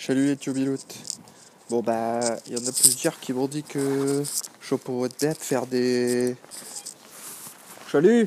Salut les tiobiloutes. Bon bah, il y en a plusieurs qui m'ont dit que je pourrais peut-être faire des... Salut.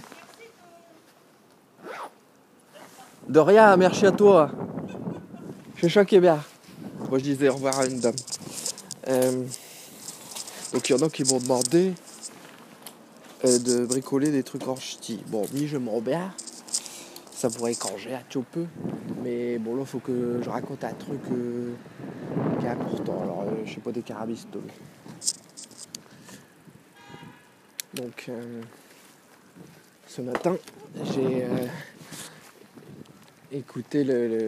De rien, merci à toi. C'est ça qui est bien. Moi je disais au revoir à une dame. Donc il y en a qui m'ont demandé de bricoler des trucs en ch'ti. Bon, oui, je m'en bien. Ça pourrait écorger un petit peu. Mais bon, là, faut que je raconte un truc qui est important. Alors, je sais pas, des carabistoules. Donc, ce matin, j'ai écouté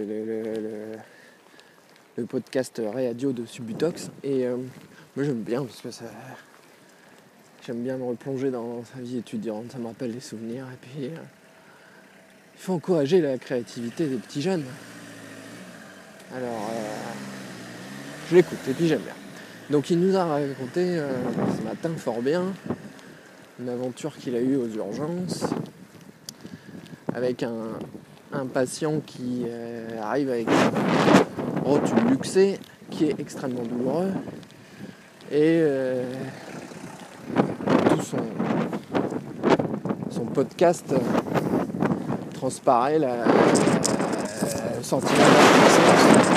le podcast Radio de Subutox. Et moi, j'aime bien parce que j'aime bien me replonger dans sa vie étudiante. Ça me rappelle les souvenirs. Et puis, il faut encourager la créativité des petits jeunes. Alors, je l'écoute et puis j'aime bien. Donc il nous a raconté ce matin fort bien une aventure qu'il a eue aux urgences avec un patient qui arrive avec un rotule luxé qui est extrêmement douloureux et tout son podcast transparaît le sentiment d'impuissance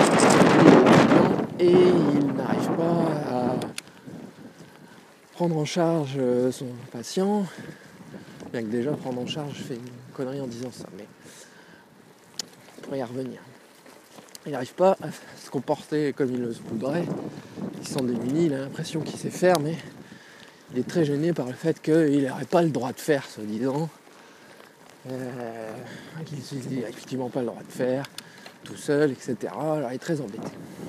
et il n'arrive pas à prendre en charge son patient, bien que déjà prendre en charge, je fais une connerie en disant ça, mais on pourrait y revenir. Il n'arrive pas à se comporter comme il le voudrait, il se sent démuni, il a l'impression qu'il sait faire, mais il est très gêné par le fait qu'il n'aurait pas le droit de faire, soi-disant, qu'il n'a effectivement pas le droit de faire, tout seul, etc. Alors il est très embêté.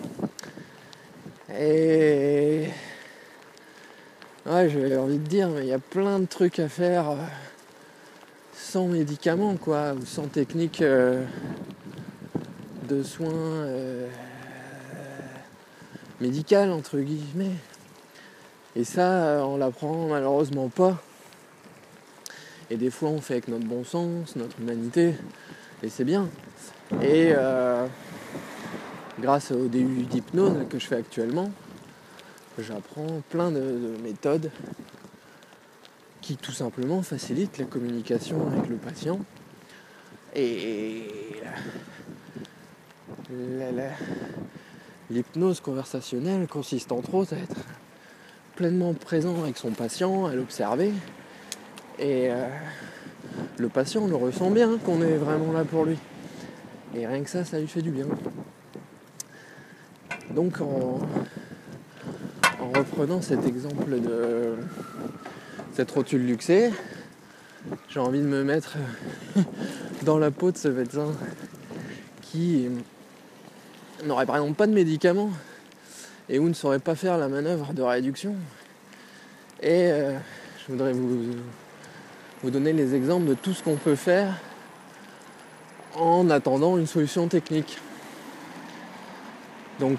Et ouais, j'ai envie de dire, mais il y a plein de trucs à faire sans médicaments, quoi, ou sans technique de soins médicales, entre guillemets. Et ça, on l'apprend malheureusement pas. Et des fois, on fait avec notre bon sens, notre humanité, et c'est bien. Et grâce au DU d'hypnose que je fais actuellement, j'apprends plein de méthodes qui tout simplement facilitent la communication avec le patient. Et l'hypnose conversationnelle consiste entre autres à être pleinement présent avec son patient, à l'observer. Et le patient le ressent bien qu'on est vraiment là pour lui. Et rien que ça lui fait du bien. Donc en reprenant cet exemple de cette rotule luxée, j'ai envie de me mettre dans la peau de ce médecin qui n'aurait par exemple pas de médicaments et où ne saurait pas faire la manœuvre de réduction. Et je voudrais vous donner les exemples de tout ce qu'on peut faire en attendant une solution technique. Donc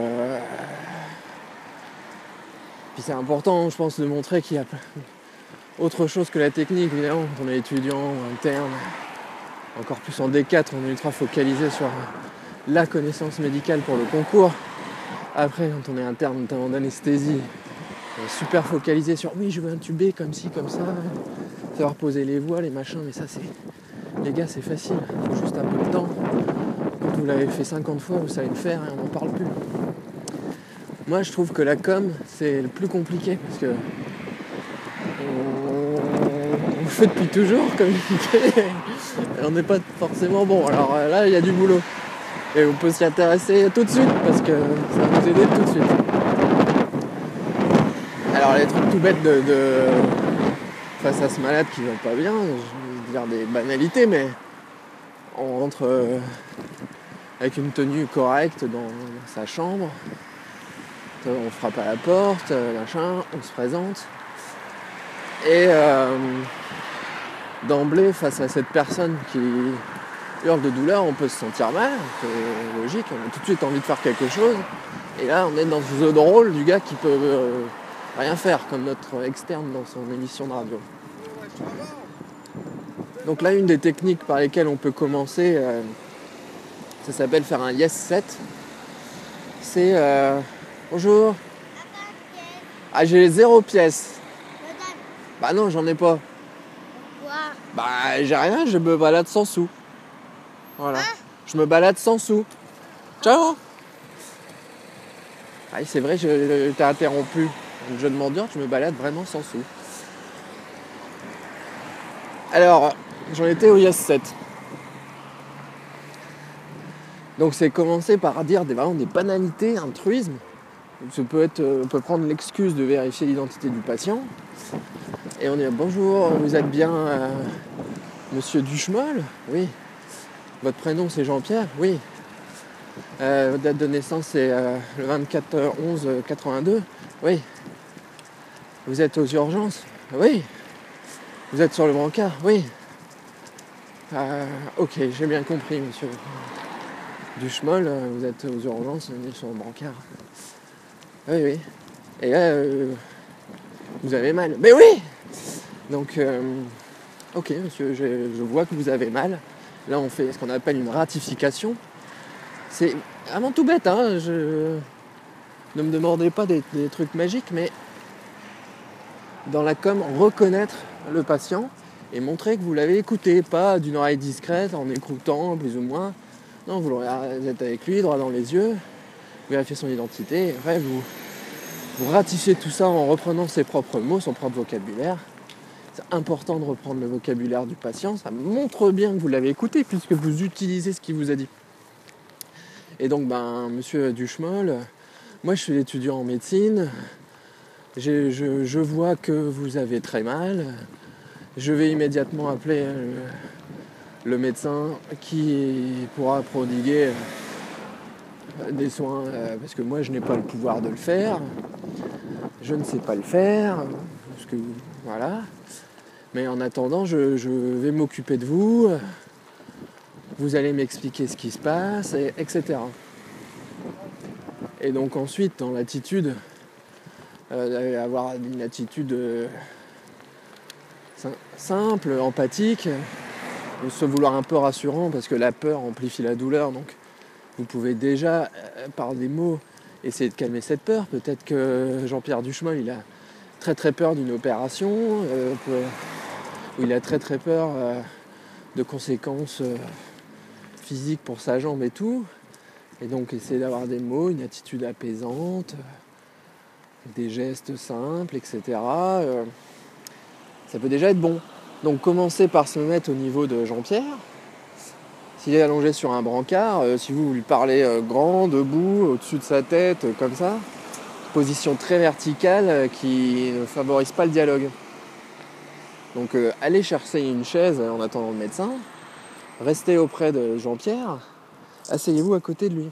puis c'est important, je pense, de montrer qu'il y a autre chose que la technique. Évidemment, quand on est étudiant ou interne, encore plus en D4, on est ultra focalisé sur la connaissance médicale pour le concours. Après, quand on est interne, notamment d'anesthésie, on est super focalisé sur oui, je veux intuber comme ci, comme ça, savoir poser les voies, les machins, mais ça, les gars, c'est facile, il faut juste un peu de temps. Quand vous l'avez fait 50 fois, vous savez le faire et on n'en parle plus. Moi, je trouve que la com, c'est le plus compliqué parce que on le fait depuis toujours communiquer et on n'est pas forcément bon. Alors là, il y a du boulot et on peut s'y intéresser tout de suite parce que ça va nous aider tout de suite. Alors les trucs tout bêtes de face à ce malade qui va pas bien, je vais dire des banalités, mais on rentre avec une tenue correcte dans sa chambre. On frappe à la porte, machin, on se présente. Et d'emblée, face à cette personne qui hurle de douleur, on peut se sentir mal, c'est logique, on a tout de suite envie de faire quelque chose. Et là, on est dans ce jeu de rôle du gars qui peut rien faire, comme notre externe dans son émission de radio. Donc là, une des techniques par lesquelles on peut commencer, ça s'appelle faire un yes set. C'est... bonjour. Ah, j'ai 0 pièces. Bah non, j'en ai pas. Pourquoi? Bah j'ai rien, je me balade sans sous. Voilà. Je me balade sans sous. Ciao. Ah, c'est vrai, je t'ai interrompu. Donc je demande dire, je me balade vraiment sans sous. Alors, j'en étais au Yes 7. Donc c'est commencé par dire vraiment des banalités, un truisme. On peut prendre l'excuse de vérifier l'identité du patient. Et on dit bonjour, vous êtes bien monsieur Duchemol? Oui. Votre prénom c'est Jean-Pierre? Oui. Votre date de naissance c'est le 24/11/82? Oui. Vous êtes aux urgences? Oui. Vous êtes sur le brancard? Oui. Ok, j'ai bien compris monsieur Duchemol, vous êtes aux urgences, on est sur le brancard. Oui, oui. Et là, vous avez mal. Mais oui! Donc, ok, monsieur, je vois que vous avez mal. Là, on fait ce qu'on appelle une ratification. C'est vraiment tout bête, hein. Ne me demandez pas des trucs magiques, mais dans la com, reconnaître le patient et montrer que vous l'avez écouté, pas d'une oreille discrète, en écoutant plus ou moins. Non, vous êtes avec lui, droit dans les yeux, vous vérifiez son identité, et après vous ratifiez tout ça en reprenant ses propres mots, son propre vocabulaire. C'est important de reprendre le vocabulaire du patient, ça montre bien que vous l'avez écouté puisque vous utilisez ce qu'il vous a dit. Et donc, monsieur Duchemol, moi je suis étudiant en médecine, je vois que vous avez très mal, je vais immédiatement appeler le médecin qui pourra prodiguer des soins, parce que moi je n'ai pas le pouvoir de le faire, je ne sais pas le faire, parce que voilà. Mais en attendant, je vais m'occuper de vous, vous allez m'expliquer ce qui se passe, etc. Et donc ensuite, dans l'attitude, avoir une attitude simple, empathique, se vouloir un peu rassurant, parce que la peur amplifie la douleur, donc vous pouvez déjà, par des mots, essayer de calmer cette peur. Peut-être que Jean-Pierre Duchemol, il a très très peur d'une opération, où il a très très peur de conséquences physiques pour sa jambe et tout. Et donc essayer d'avoir des mots, une attitude apaisante, des gestes simples, etc. Ça peut déjà être bon. Donc commencez par se mettre au niveau de Jean-Pierre. S'il est allongé sur un brancard, si vous lui parlez grand, debout, au-dessus de sa tête, comme ça, position très verticale qui ne favorise pas le dialogue. Donc allez chercher une chaise en attendant le médecin, restez auprès de Jean-Pierre, asseyez-vous à côté de lui.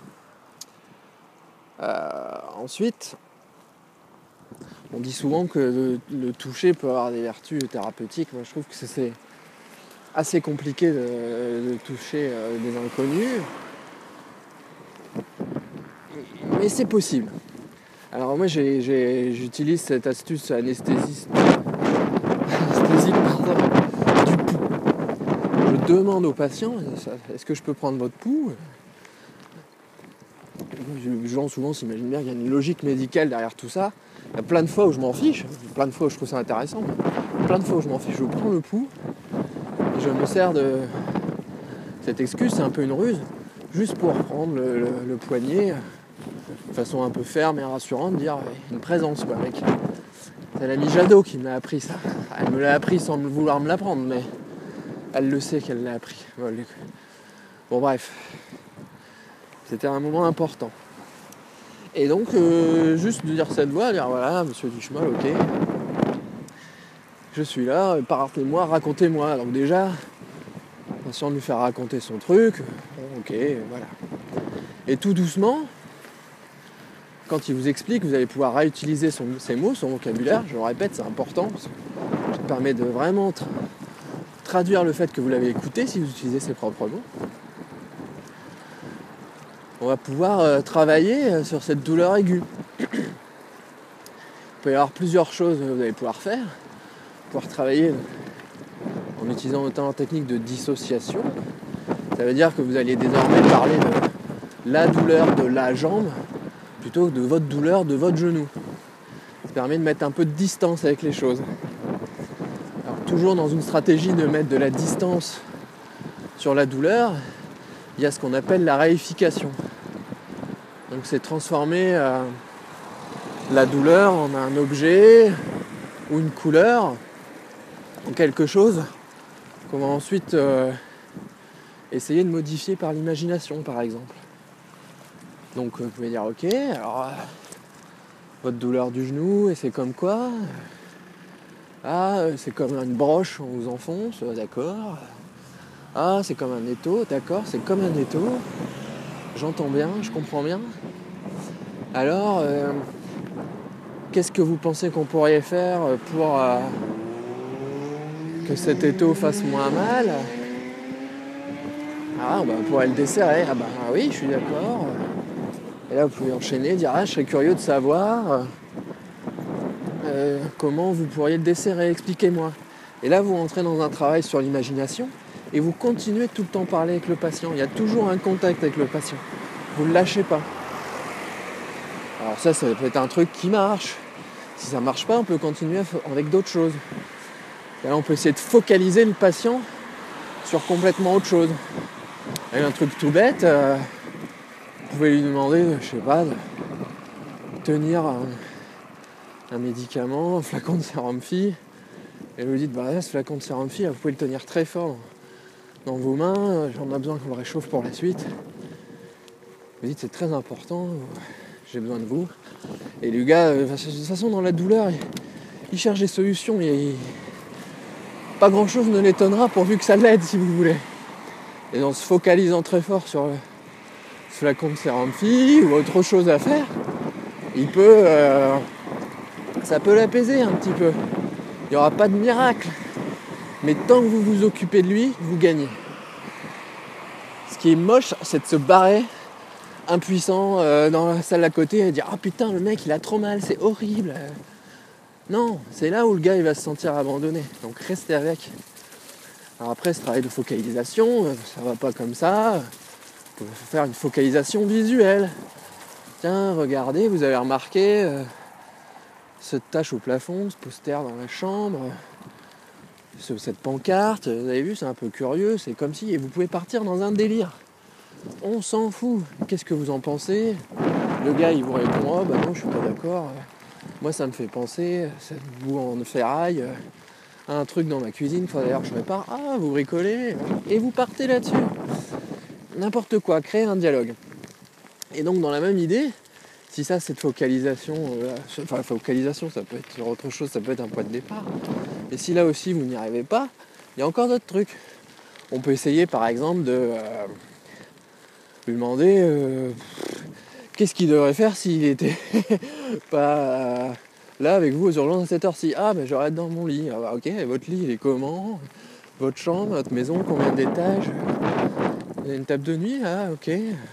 Ensuite, on dit souvent que le toucher peut avoir des vertus thérapeutiques. Moi je trouve que c'est assez compliqué de toucher des inconnus, mais c'est possible. Alors moi j'utilise cette astuce anesthésique du pouls. Je demande au patient, est-ce que je peux prendre votre pouls? Les gens souvent s'imaginent bien qu'il y a une logique médicale derrière tout ça. Il y a plein de fois où je m'en fiche, plein de fois où je trouve ça intéressant, mais plein de fois où je m'en fiche. Je prends le pouls et je me sers de cette excuse, c'est un peu une ruse, juste pour prendre le poignet de façon un peu ferme et rassurante, dire une présence quoi mec. C'est l'amie Jadot qui me l'a appris ça. Elle me l'a appris sans vouloir me l'apprendre, mais elle le sait qu'elle l'a appris. Bon bref, c'était un moment important. Et donc juste de dire cette voix, dire voilà monsieur Duchemol, ok, je suis là, parlez-moi, racontez-moi. Donc déjà, attention de lui faire raconter son truc, ok, voilà. Et tout doucement, quand il vous explique, vous allez pouvoir réutiliser ses mots, son vocabulaire. Je le répète, c'est important, parce que ça permet de vraiment traduire le fait que vous l'avez écouté si vous utilisez ses propres mots. On va pouvoir travailler sur cette douleur aiguë. Il peut y avoir plusieurs choses que vous allez pouvoir faire. Pouvoir travailler en utilisant notamment la technique de dissociation. Ça veut dire que vous allez désormais parler la douleur de la jambe plutôt que de votre douleur de votre genou. Ça permet de mettre un peu de distance avec les choses. Alors, toujours dans une stratégie de mettre de la distance sur la douleur, il y a ce qu'on appelle la réification. Donc c'est transformer la douleur en un objet ou une couleur, en quelque chose qu'on va ensuite essayer de modifier par l'imagination, par exemple. Donc vous pouvez dire ok, alors votre douleur du genou, et c'est comme quoi? Ah, c'est comme une broche, on vous enfonce, d'accord. Ah, c'est comme un étau, d'accord, c'est comme un étau. J'entends bien, je comprends bien. Alors, qu'est-ce que vous pensez qu'on pourrait faire pour que cet étau fasse moins mal? Ah, bah, on pourrait le desserrer. Ah bah oui, je suis d'accord. Et là, vous pouvez enchaîner, dire ah, je serais curieux de savoir comment vous pourriez le desserrer, expliquez-moi. Et là, vous rentrez dans un travail sur l'imagination et vous continuez tout le temps parler avec le patient. Il y a toujours un contact avec le patient. Vous ne le lâchez pas. Alors ça peut être un truc qui marche. Si ça ne marche pas, on peut continuer avec d'autres choses. Et là, on peut essayer de focaliser le patient sur complètement autre chose. Avec un truc tout bête, vous pouvez lui demander, je sais pas, de tenir un médicament, un flacon de sérum phi, et vous lui dites, bah là, ce flacon de sérum phi, vous pouvez le tenir très fort dans vos mains, j'en ai besoin qu'on le réchauffe pour la suite. Vous dites, c'est très important, j'ai besoin de vous. Et le gars, de toute façon, dans la douleur, il cherche des solutions, et pas grand chose ne l'étonnera pourvu que ça l'aide, si vous voulez. Et en se focalisant très fort sur ce flacon de sérum phi ou autre chose à faire, ça peut l'apaiser un petit peu. Il n'y aura pas de miracle. Mais tant que vous vous occupez de lui, vous gagnez. Ce qui est moche, c'est de se barrer impuissant dans la salle à côté et dire « Ah putain, le mec, il a trop mal, c'est horrible !» Non, c'est là où le gars, il va se sentir abandonné. Donc restez avec. Alors après, ce travail de focalisation, ça va pas comme ça. Vous pouvez faire une focalisation visuelle. Tiens, regardez, vous avez remarqué cette tache au plafond, ce poster dans la chambre, cette pancarte, vous avez vu, c'est un peu curieux, c'est comme si... Et vous pouvez partir dans un délire. On s'en fout. Qu'est-ce que vous en pensez? Le gars, il vous répond, oh bah non, je suis pas d'accord. Moi, ça me fait penser, cette boue en ferraille, à un truc dans ma cuisine, il faudrait d'ailleurs que je répare. Ah, vous bricolez, et vous partez là-dessus. N'importe quoi, créer un dialogue. Et donc, dans la même idée, si ça, cette focalisation, focalisation, ça peut être sur autre chose, ça peut être un point de départ. Et si là aussi, vous n'y arrivez pas, il y a encore d'autres trucs. On peut essayer, par exemple, de lui demander qu'est-ce qu'il devrait faire s'il était pas là avec vous aux urgences à cette heure-ci. Ah, ben j'aurais être dans mon lit. Ah, bah, ok, et votre lit, il est comment? Votre chambre, votre maison, combien d'étages? Vous avez une table de nuit? Ah, ok.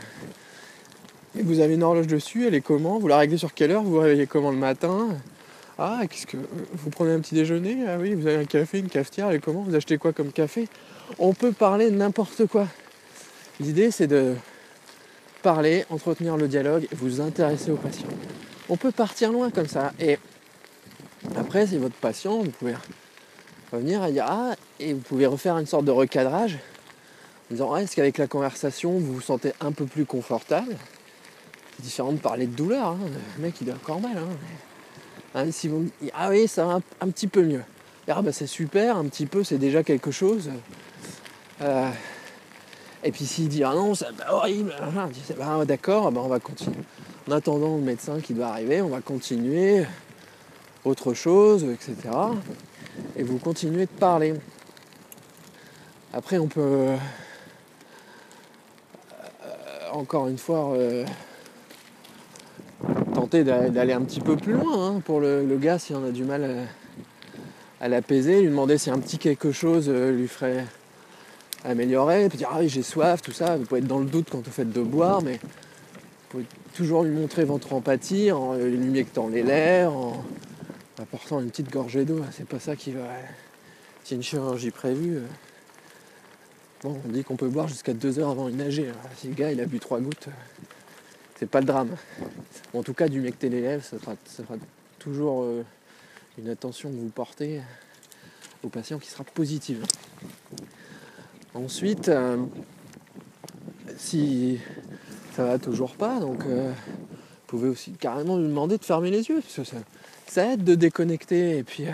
Et vous avez une horloge dessus, elle est comment? Vous la réglez sur quelle heure? Vous vous réveillez comment le matin? Ah, qu'est-ce que... Vous prenez un petit déjeuner? Ah oui, vous avez un café, une cafetière, elle est comment? Vous achetez quoi comme café? On peut parler de n'importe quoi. L'idée, c'est de parler, entretenir le dialogue et vous intéresser au patient. On peut partir loin comme ça. Et après, si votre patient, vous pouvez revenir et dire ah, et vous pouvez refaire une sorte de recadrage en disant ah, est-ce qu'avec la conversation, vous vous sentez un peu plus confortable? C'est différent de parler de douleur. Hein. Le mec, il a encore mal. Hein, si vous... Ah oui, ça va un petit peu mieux. Et, ah bah c'est super, un petit peu, c'est déjà quelque chose. Et puis s'il dit ah non, c'est horrible, bah, d'accord, bah, on va continuer. En attendant le médecin qui doit arriver, on va continuer autre chose, etc. Et vous continuez de parler. Après, on peut encore une fois tenter d'aller un petit peu plus loin hein, pour le gars si on a du mal à l'apaiser, lui demander si un petit quelque chose lui ferait améliorer, puis dire ah oui j'ai soif, tout ça, vous pouvez être dans le doute quand vous faites de boire, mais vous pouvez toujours lui montrer votre empathie en lui humectant les lèvres, en apportant une petite gorgée d'eau, c'est pas ça qui va... S'il y a une chirurgie prévue, Bon, on dit qu'on peut boire jusqu'à 2 heures avant une nager. Alors, si le gars il a bu 3 gouttes, c'est pas le drame. En tout cas, d'humecter les lèvres, ça fera toujours une attention que vous portez au patient qui sera positive. Ensuite, si ça va toujours pas, donc vous pouvez aussi carrément lui demander de fermer les yeux, parce que ça aide de déconnecter, et puis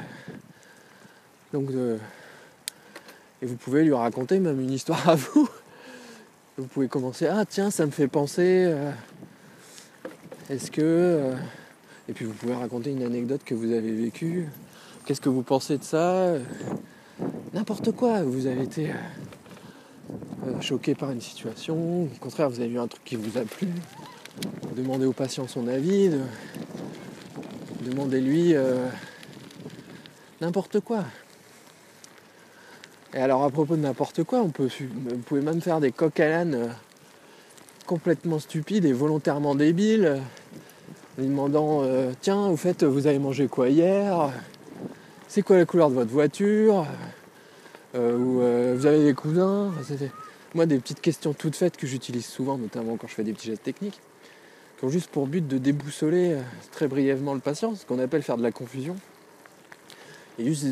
et vous pouvez lui raconter même une histoire à vous. Vous pouvez commencer, ah tiens, ça me fait penser, est-ce que... et puis vous pouvez raconter une anecdote que vous avez vécue, qu'est-ce que vous pensez de ça, n'importe quoi, vous avez été choqué par une situation, au contraire vous avez vu un truc qui vous a plu, demandez au patient son avis, demandez-lui n'importe quoi. Et alors à propos de n'importe quoi, vous pouvez même faire des coqs à l'âne complètement stupides et volontairement débiles, lui demandant tiens, au fait, vous avez mangé quoi hier, c'est quoi la couleur de votre voiture, ou vous avez des cousins. Moi, des petites questions toutes faites que j'utilise souvent, notamment quand je fais des petits gestes techniques, qui ont juste pour but de déboussoler très brièvement le patient, ce qu'on appelle faire de la confusion. Et juste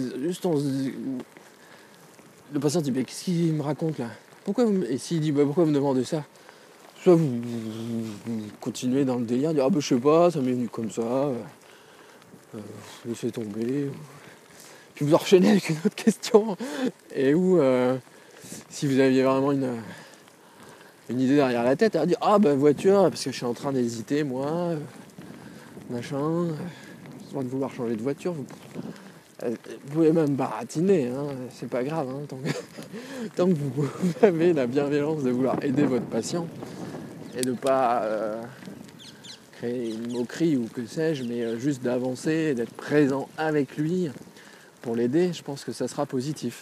le patient dit, mais qu'est-ce qu'il me raconte là ? Et s'il dit, pourquoi vous me demandez ça ? Soit vous continuez dans le délire, dire, je sais pas, ça m'est venu comme ça, laissez tomber. Puis vous enchaînez avec une autre question, et où, si vous aviez vraiment une idée derrière la tête, à dire, voiture, parce que je suis en train d'hésiter, moi, machin, sans de vouloir changer de voiture, vous pouvez même baratiner, c'est pas grave, tant que vous avez la bienveillance de vouloir aider votre patient et de pas créer une moquerie ou que sais-je, mais juste d'avancer et d'être présent avec lui pour l'aider, je pense que ça sera positif.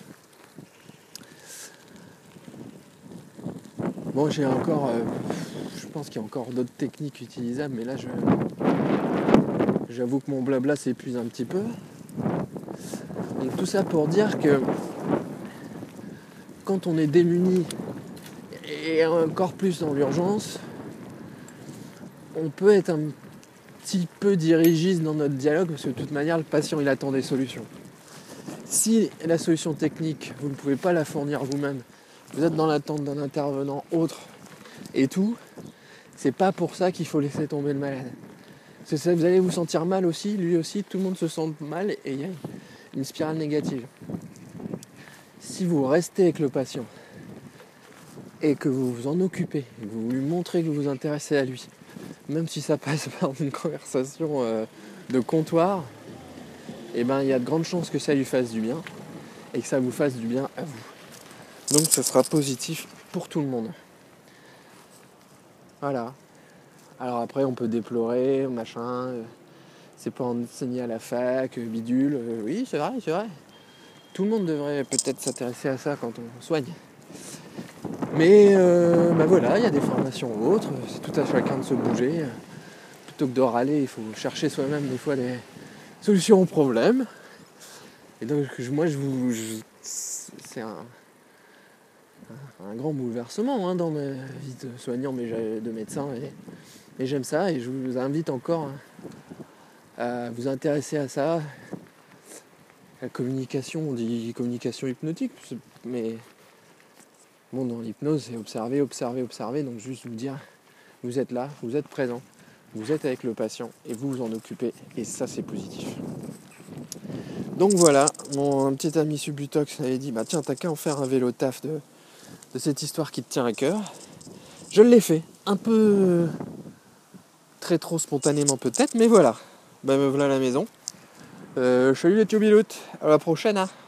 Bon, je pense qu'il y a encore d'autres techniques utilisables, mais là j'avoue que mon blabla s'épuise un petit peu. Donc tout ça pour dire que quand on est démuni, et encore plus dans l'urgence, on peut être un petit peu dirigiste dans notre dialogue, parce que de toute manière, le patient il attend des solutions. Si la solution technique, vous ne pouvez pas la fournir vous-même, vous êtes dans l'attente d'un intervenant autre et tout, c'est pas pour ça qu'il faut laisser tomber le malade. Parce que vous allez vous sentir mal aussi, lui aussi, tout le monde se sent mal et il y a une spirale négative. Si vous restez avec le patient et que vous vous en occupez, que vous lui montrez que vous vous intéressez à lui, même si ça passe par une conversation de comptoir, il y a de grandes chances que ça lui fasse du bien et que ça vous fasse du bien à vous. Donc ça sera positif pour tout le monde. Voilà. Alors après on peut déplorer, machin, c'est pas enseigné à la fac, bidule, oui c'est vrai. Tout le monde devrait peut-être s'intéresser à ça quand on soigne. Mais voilà, il y a des formations ou autres, c'est tout à chacun de se bouger. Plutôt que de râler, il faut chercher soi-même des fois des solutions aux problèmes. Et donc moi c'est un grand bouleversement dans ma vie de soignant, mais de médecin. Et j'aime ça et je vous invite encore à vous intéresser à ça. La communication, on dit communication hypnotique, mais bon, dans l'hypnose, c'est observer. Donc juste vous dire, vous êtes là, vous êtes présent, vous êtes avec le patient et vous vous en occupez. Et ça, c'est positif. Donc voilà, mon petit ami Subutox avait dit, tiens, t'as qu'à en faire un vélo taf de cette histoire qui te tient à cœur. Je l'ai fait, un peu très trop spontanément peut-être, mais voilà. Me voilà à la maison. Salut les tubiloutes, à la prochaine.